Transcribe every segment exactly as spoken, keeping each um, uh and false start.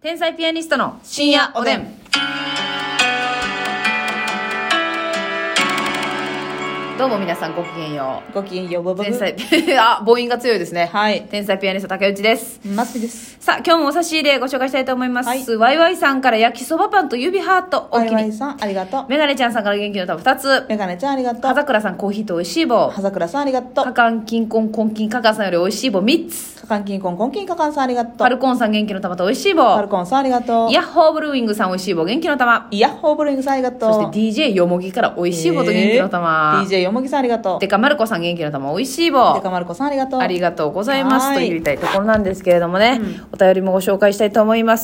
天才ピアニストの深夜おでん。どうも皆さんごきげんよごきげんよう。ボブ天才あ、母音が強いですね。 はい。 天才ピアニスト竹内です。 ますみです。 さあ、今日もお差し入れご紹介したいと思います。 はい、 ワイワイさんから焼きそばパンと指ハートお気に。 ワイワイさんありがとう。 メガネちゃんさんから元気の玉ふたつ。 メガネちゃんありがとう。 葉桜さんコーヒーと美味しい棒。 葉桜さんありがとう。 カカンキンコンコンキンカカンさんより美味しい棒みっつ。 カカンキンコンコンキンカカンさんありがとう。 ファルコンさん元気の玉と美味しい棒。 ファルコンさんありがとう。 ヤッホーブルーイングさん美味しい棒元気の玉。 ヤッホーブルーイングさんありがとう。 そして ディージェー よもぎから美味しい棒と元気の玉、 えー、ディージェー よもぎさんありがとう。 デカマルコさん元気の玉美味しい棒。 デカマルコさんありがとう。 ありがとうございますと言いたいところなんですけれどもね、うん、お便りもご紹介したいと思います。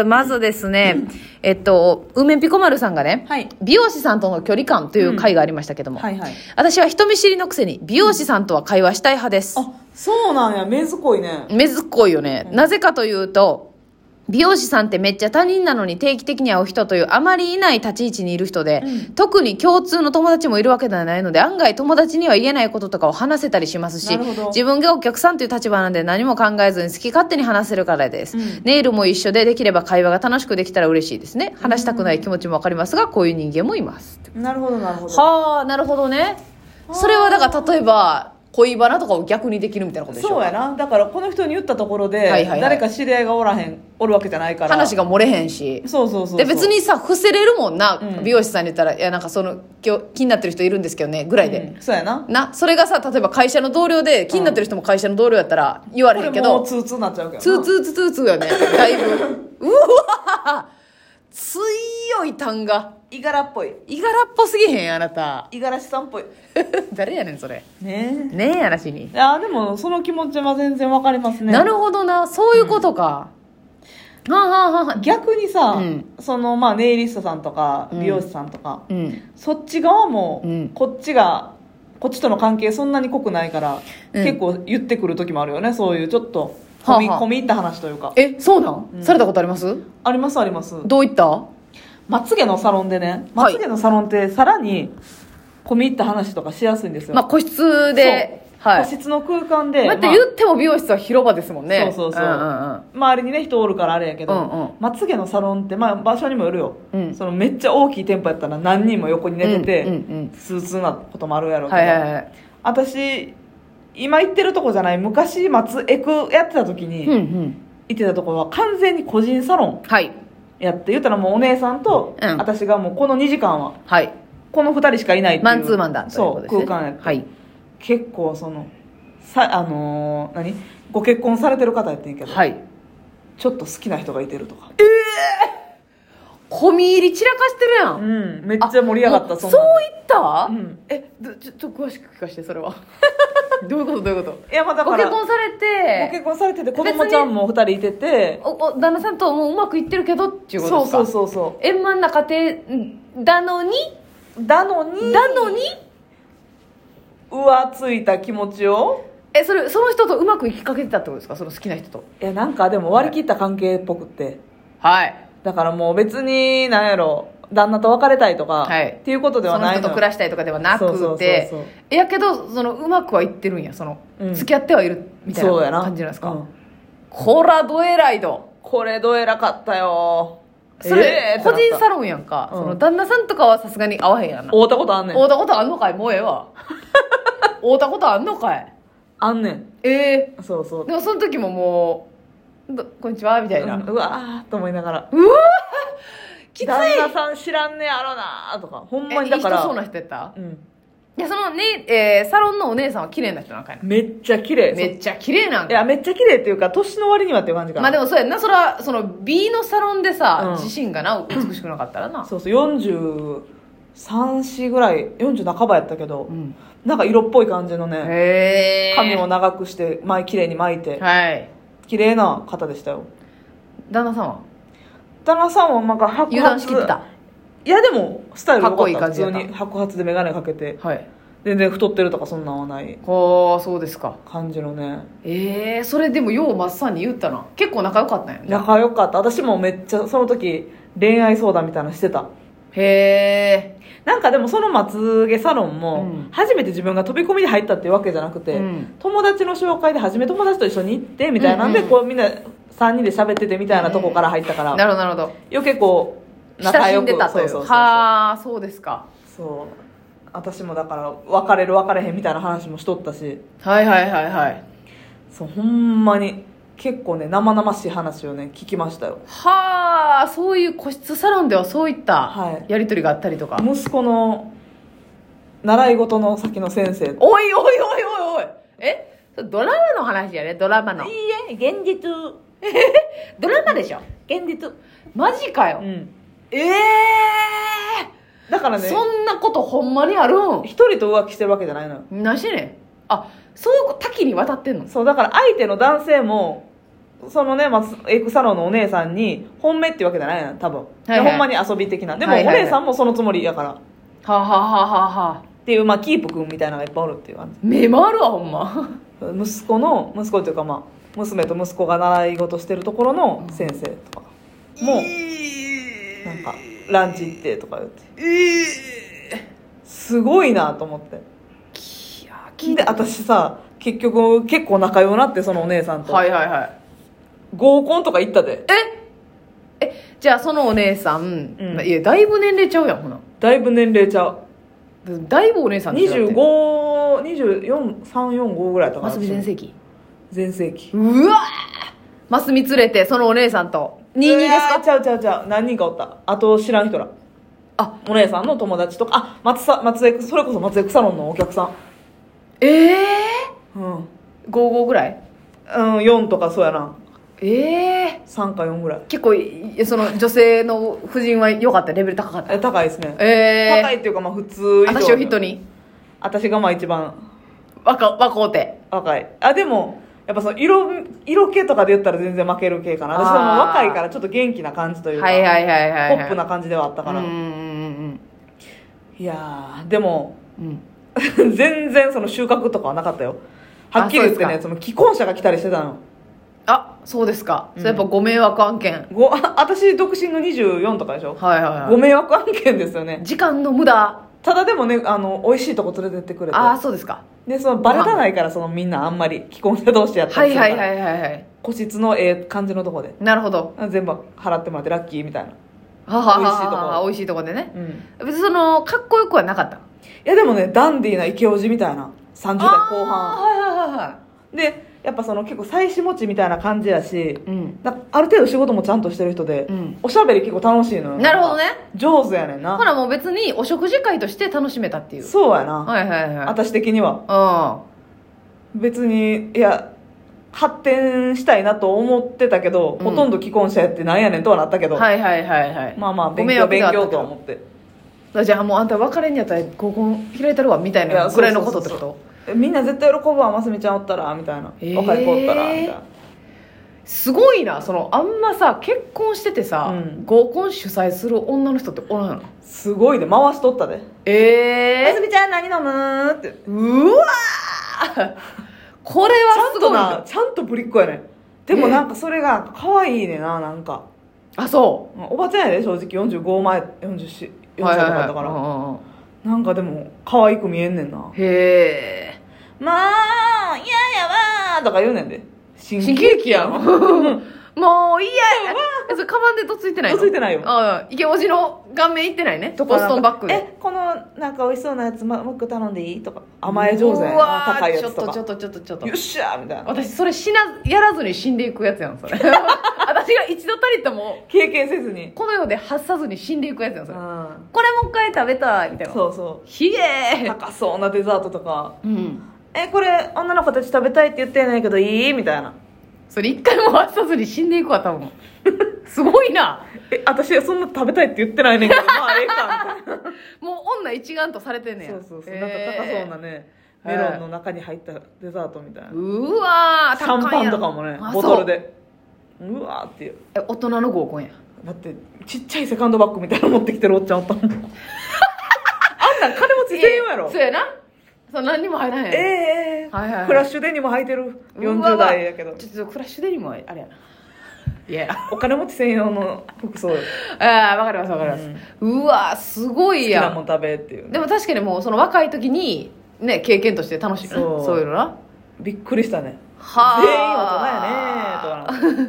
まずですね、うん、えっと梅ピコ丸さんがね、はい、美容師さんとの距離感という回がありましたけども、うんはいはい、私は人見知りのくせに美容師さんとは会話したい派です、 うん、あ、そうなんや。めずこいね。 めずこいよね、うん、なぜかというと美容師さんってめっちゃ他人なのに定期的に会う人というあまりいない立ち位置にいる人で、うん、特に共通の友達もいるわけではないので案外友達には言えないこととかを話せたりしますし、自分がお客さんという立場なんで何も考えずに好き勝手に話せるからです、うん、ネイルも一緒でできれば会話が楽しくできたら嬉しいですね。話したくない気持ちもわかりますがこういう人間もいます。 なるほどなるほど。 はあ、なるほどね。それはだから例えば恋バナとかを逆にできるみたいなことでしょ。 そうやな。だからこの人に言ったところで、はいはいはい、誰か知り合いがおらへんおるわけじゃないから話が漏れへんし。 そうそうそうそう。 で別にさ伏せれるもんな、うん、美容師さんに言ったらいやなんかその今日気になってる人いるんですけどねぐらいで、 うん、そうやな。 なそれがさ例えば会社の同僚で気になってる人も会社の同僚やったら言われへんけど、 これもうツーツーなっちゃうけどな。 ツーツーツーツーツーよねだいぶうわ強い単がいがらっぽい。 いがらっぽすぎへんあなた。 いがらしさんっぽい誰やねんそれ。 ねえねえ話に。 いやでもその気持ちは全然わかりますね。 なるほどな、そういうことか、うん、はあはあはあ。 逆にさ、 うん、 そのまあネイリストさんとか美容師さんとか、 うん、 そっち側も、 うん、 こっちがこっちとの関係そんなに濃くないから、うん、結構言ってくる時もあるよね。そういうちょっと込み、はあはあ、込み入った話というか。 え、そうなん、うん、されたことあります？ ありますあります。 どういった？ まつげのサロンでね、まつげのサロンってさらに込み入った話とかしやすいんですよ。 まあ個室で、 はい、個室の空間で。 だって言っても美容室は広場ですもんね。 そうそうそう。うんうんうん、周りにね人おるからあれやけど、うんうん、まつげのサロンってまあ場所にもよるよ。うん、そのめっちゃ大きい店舗やったら何人も横に寝てて、うんうんうん、スーツなこともあるやろうけど、はいはいはい、私今行ってるとこじゃない昔松エクやってた時に、うんうん、行ってたところは完全に個人サロン。はい。やって言ったらもうお姉さんと私がもうこのにじかんはこのふたりしかいないっていうマンツーマンだそう、空間やって、はい、結構そのさあのー、何ご結婚されてる方やってんけど、はい、ちょっと好きな人がいてるとか。ええー、込み入り散らかしてるやん。 うん、めっちゃ盛り上がった。 そんそういった、 うん、 えちょっと詳しく聞かせてそれはどういうことどういうこと。 いやまあだからご結婚されてご結婚されてて子供ちゃんもふたりいててお, お旦那さんともううまくいってるけどっていうことですか。 そうそうそうそう。 円満な家庭だのにだのにだのに浮ついた気持ちをえそれその人とうまくいきかけてたってことですか。その好きな人と。 いやなんかでも割り切った関係っぽくってはいだからもう別に何やろ旦那と別れたいとか、はい、っていうことではないの。 その人と暮らしたいとかではなくてやけどそのうまくはいってるんやその、うん、付き合ってはいるみたいな感じなんですか。うん、こらどえらいどこれどえらかったよ。 それ、えー、個人サロンやんか、うん、その旦那さんとかはさすがに会わへんやんな。 会うたことあんねん。 会うたことあんのかい。もうええわ会うたことあんのかい。 あんねん。 ええー、 そうそう。 でもその時ももうこんにちはみたいな、 うん、うわーと思いながらうわきつい。 旦那さん知らんねやろなとかほんまにだからいい人そうな人やった。うん。いやそのね、えー、サロンのお姉さんは綺麗な人なんかいな。 めっちゃ綺麗。 めっちゃ綺麗なんか。 いやめっちゃ綺麗っていうか年の割にはっていう感じかな。 まあでもそうやんな。それはその B のサロンでさ、うん、自身がな美しくなかったらな。 そうそうよんじゅうさん、よんぐらいよんじゅう半ばやったけど、うん、なんか色っぽい感じのね。へー。髪を長くして前綺麗に巻いて、はい、綺麗な方でしたよ。 旦那さんは旦那さんはなんか白髪油断しきってた。 いやでもスタイル良かった。 かっこいい感じやった。 普通に白髪で眼鏡かけて、はい、全然太ってるとかそんなんはないはあ。そうですか。 感じのね。 ええー、それでもようマッサンに言ったな。結構仲良かったんやね。 仲良かった。私もめっちゃその時恋愛相談みたいなのしてた。 へえ。 なんかでもそのまつげサロンも初めて自分が飛び込みで入ったっていうわけじゃなくて、うん、友達の紹介で初め友達と一緒に行ってみたいなんで、うんうん、こうみんなさんにんで喋っててみたいなとこから入ったから、うん、 なるほどなるほど。 余計こう親しんでたという。 そうそうそうそう、 はあ、そうですか。 そう私もだから別れる別れへんみたいな話もしとったし、 はいはいはいはい。 そうほんまに結構ね生々しい話をね聞きましたよ。 はあ、そういう個室サロンではそういったやり取りがあったりとか、 はい、息子の習い事の先の先生、 おいおいおいおいおい、えドラマの話やね、ドラマの。 いいえ現実ドラマでしょ現実。 マジかよ、うん、ええー、 だからねそんなことほんまにあるん。 一人と浮気してるわけじゃないのよ。 なしね。あ、そう多岐にわたってんの。 そうだから相手の男性もそのね、まあ、エクサロンのお姉さんに本命っていうわけじゃないの多分、はいはい、ほんまに遊び的な。でも、はいはいはい、お姉さんもそのつもりやから、はあ、はあはあははあ、 っていう、まあ、キープ君みたいなのがいっぱいおるっていう感じ。 目回るわほんま息子の息子というか、まあ、娘と息子が習い事してるところの先生とかも、えー、なんかランチ行ってとか言って、えー、すごいなと思って。いや聞いて、私さ結局結構仲良くなって、そのお姉さんと、 はいはいはい、 合コンとか行ったで。 ええ、じゃあそのお姉さん、うん、いやだいぶ年齢ちゃうやんほな。 だいぶ年齢ちゃう。 だいぶお姉さんにじゅうご、にじゅうよん、さん、よん、ごぐらいとか。 マスミ全盛期。 全盛期。 うわマスミ連れてそのお姉さんとにじゅうにですか。 ちゃうちゃうちゃう、何人かおった。あと知らん人ら。あ、お姉さんの友達とか、あ、松さ松江、それこそ松江サロンのお客さん。 ええー、うん。ごじゅうごぐらい、 うん、よんとかそうやな。 ええー、 さんかよんぐらい。 結構その女性の夫人は良かった。レベル高かった。 え高いですね。 えー、 高いっていうか、まあ普通以上。 私を人に私がまあ一番若若うて若い。あ、でもやっぱその色色気とかで言ったら全然負ける系かな。私はもう若いからちょっと元気な感じというか、 はいはいはいはい、はい、 ポップな感じではあったから。うんうんうん、いやーでも、うん、全然その収穫とかはなかったよ。はっきり言ってね、その既婚者が来たりしてたの。 あ、そうですか、うん、それやっぱご迷惑案件。 ご私独身のにじゅうよんとかでしょ。 はいはいはい。 ご迷惑案件ですよね。 時間の無駄。ただでもね、あの美味しいとこ連れてってくれて。 ああ、そうですか。 でそのバレたないから、そのみんなあんまり既婚者同士やったりするから、 はいはいはいはいはい、 個室のええ感じのとこで。 なるほど。 全部払ってもらってラッキーみたいな。 はははは美味しいとこ美味しいとこでね、うん、別にそのかっこよくはなかった。いやでもね、ダンディーなイケオジみたいなさんじゅう代後半。 はいはいはいはい。 でやっぱその結構妻子持ちみたいな感じやし、うん、だある程度仕事もちゃんとしてる人で、うん、おしゃべり結構楽しいのよ。 なるほどね。 上手やねんな。 ほらもう別にお食事会として楽しめたっていう。 そうやな。 はいはいはい。 私的には。うん。別にいや発展したいなと思ってたけど、うん、ほとんど既婚者やってなんやねんとはなったけど。 はいはいはいはい。 まあまあ勉強勉強とは思って。 じゃあもうあんた別れんやったら合コン開いたるわみたいなぐらいのことってこと？ みんな絶対喜ぶわ、ますみちゃんおったらみたいな、えー、若い子おったらみたいな。 すごいな。そのあんまさ結婚しててさ、うん、合コン主催する女の人っておらんの？ すごいで、回しとったで。 ええー、 ますみちゃん何飲むって。 うわーこれはすごいな。 ちゃんとぶりっ子やね。でもなんかそれが可愛いねな。なんかあ、そうおばちゃんやで正直。よんじゅうご前よんじゅうよん、よんさいとかだったから、はいはいはい、なんかでも可愛く見えんねんな。 へえ。 まあ嫌やわーとか言うねんで。 新喜劇やんもう嫌やそれカバンでとついてないの？ とついてないよ。 ああ、池おじの顔面いってないね。ボストンバッグで。 え、このなんか美味しそうなやつもう一個頼んでいいとか。甘え上手やな。高いやつとか。 ちょっとちょっとちょっとちょっとよっしゃーみたいな。 私それしなやらずに死んでいくやつやんそれ私が一度たりとも経験せずにこの世で発さずに死んでいくやつやんそれ、うん、これもう一回食べたいみたいな。 そうそう。 ひえ高そうなデザートとか、うん、えこれ女の子たち食べたいって言ってんねんけどいいみたいな。 それ一回も発さずに死んでいくわ多分すごいな。 え私はそんな食べたいって言ってないねんけどまあええかみたいなもう女一丸とされてんねん。 そうそうそう、えー、なんか高そうなねメロンの中に入ったデザートみたいな。 うわーシャンパンとかもねボトルでうわーっていう。 え大人の合コンや。 だってちっちゃいセカンドバッグみたいなの持ってきてるおっちゃんおったもんあんなん金持ち専用やろ。 そうやな。そう何にも入らへん。 ええーはいはいはい、クラッシュデニム履いてるよんじゅう代やけど。 ちょっとクラッシュデニムはあれやないやお金持ち専用の服装。 ああ分かります分かります、うん、うわすごいやん。 好きなもん食べっていう、ね、 でも確かにもうその若い時にね経験として楽しいね。そうそういうのな。 びっくりしたね。 はあ全員大人やねーとか竹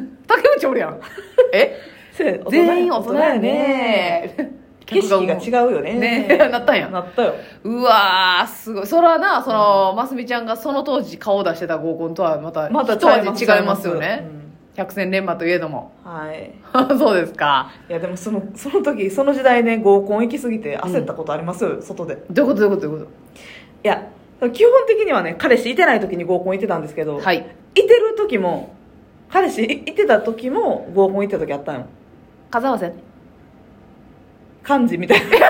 うちおるやん。え全員大人やね。 景色が違うよね。 ねなったんや。 なったよ。 うわー、すごい。それはな、その、ますみちゃんがその当時顔出してた合コンとはまた、 また一味違いますよね。 うん百戦錬磨といえども。 はい。 そうですか。 いや、でもその、その時、その時代ね、合コン行きすぎて焦ったことありますよ、うん、外で。 どういうことどういうことどういうこといや、基本的にはね、彼氏いてない時に合コン行ってたんですけど、 はい。 いてる時も、彼氏いてた時も合コン行ってた時あったんよ。 数合わせ漢字みたいな。 罪深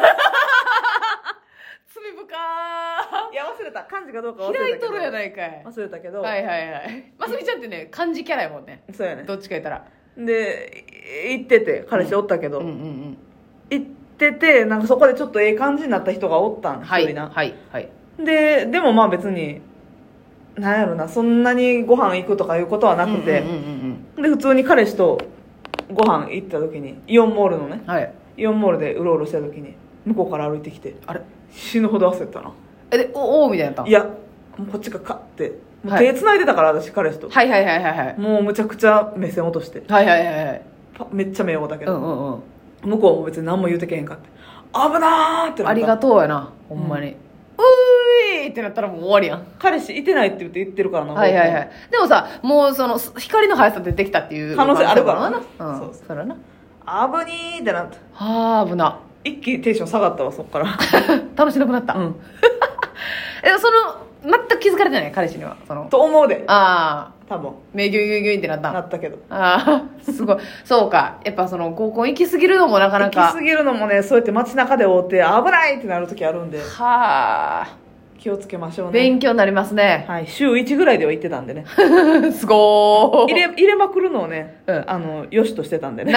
ー。いや、忘れた。漢字かどうか忘れたけど。 開いとるやないかい。 忘れたけど。 はいはいはい。ますみちゃんってね、漢字キャラやもんね。 そうやね。 どっちか言ったら。 で、行ってて、彼氏おったけど、 うんうんうんうん、 行ってて、なんかそこでちょっとええ感じになった人がおったん、一、 はい、 人な。 はい、はい。 で、でもまあ別に、なんやろな、そんなにご飯行くとかいうことはなくて、 うんうんうんうん、 で、普通に彼氏とご飯行った時に、イオンモールのね、 はい、 イオンモールでうろうろした時に、向こうから歩いてきて、 あれ死ぬほど焦ったな。 え、で、お、おーみたいになったいや、もうこっちがカッて、もう手繋いでたから、私、彼氏と。 はいはいはいはいはい。 もうむちゃくちゃ目線落として。 はいはいはいはい。 めっちゃ目をだけど、 うんうんうん、 向こうも別に何も言うてけへんかって、危なーってなった。 ありがとうやな、ほんまに。うん、うーいってなったらもう終わりやん。 彼氏いてないって言って言ってるからな。 はいはいはい。でもさ、もうその、光の速さで出てきたっていう可能性あるからな。 うん。 そうそれな。 危にーってなった。 はあ、危な。 一気にテンション下がったわ、そっから。 楽しなくなった。うん。え、その、全く気づかれてない彼氏には。その。 と思うで。 ああ。 多分。 目ギュイギュイギュイってなったなったけど。 ああ、すごい。そうか。やっぱその、合コン行き過ぎるのもなかなか。 行き過ぎるのもね、そうやって街中で会うて、危ないってなる時あるんで。 はあ。 気をつけましょうね。 勉強になりますね。 はい。週いちぐらいでは行ってたんでね。 すごー。 入れ、入れまくるのをね、 うん、 あの、よしとしてたんでね。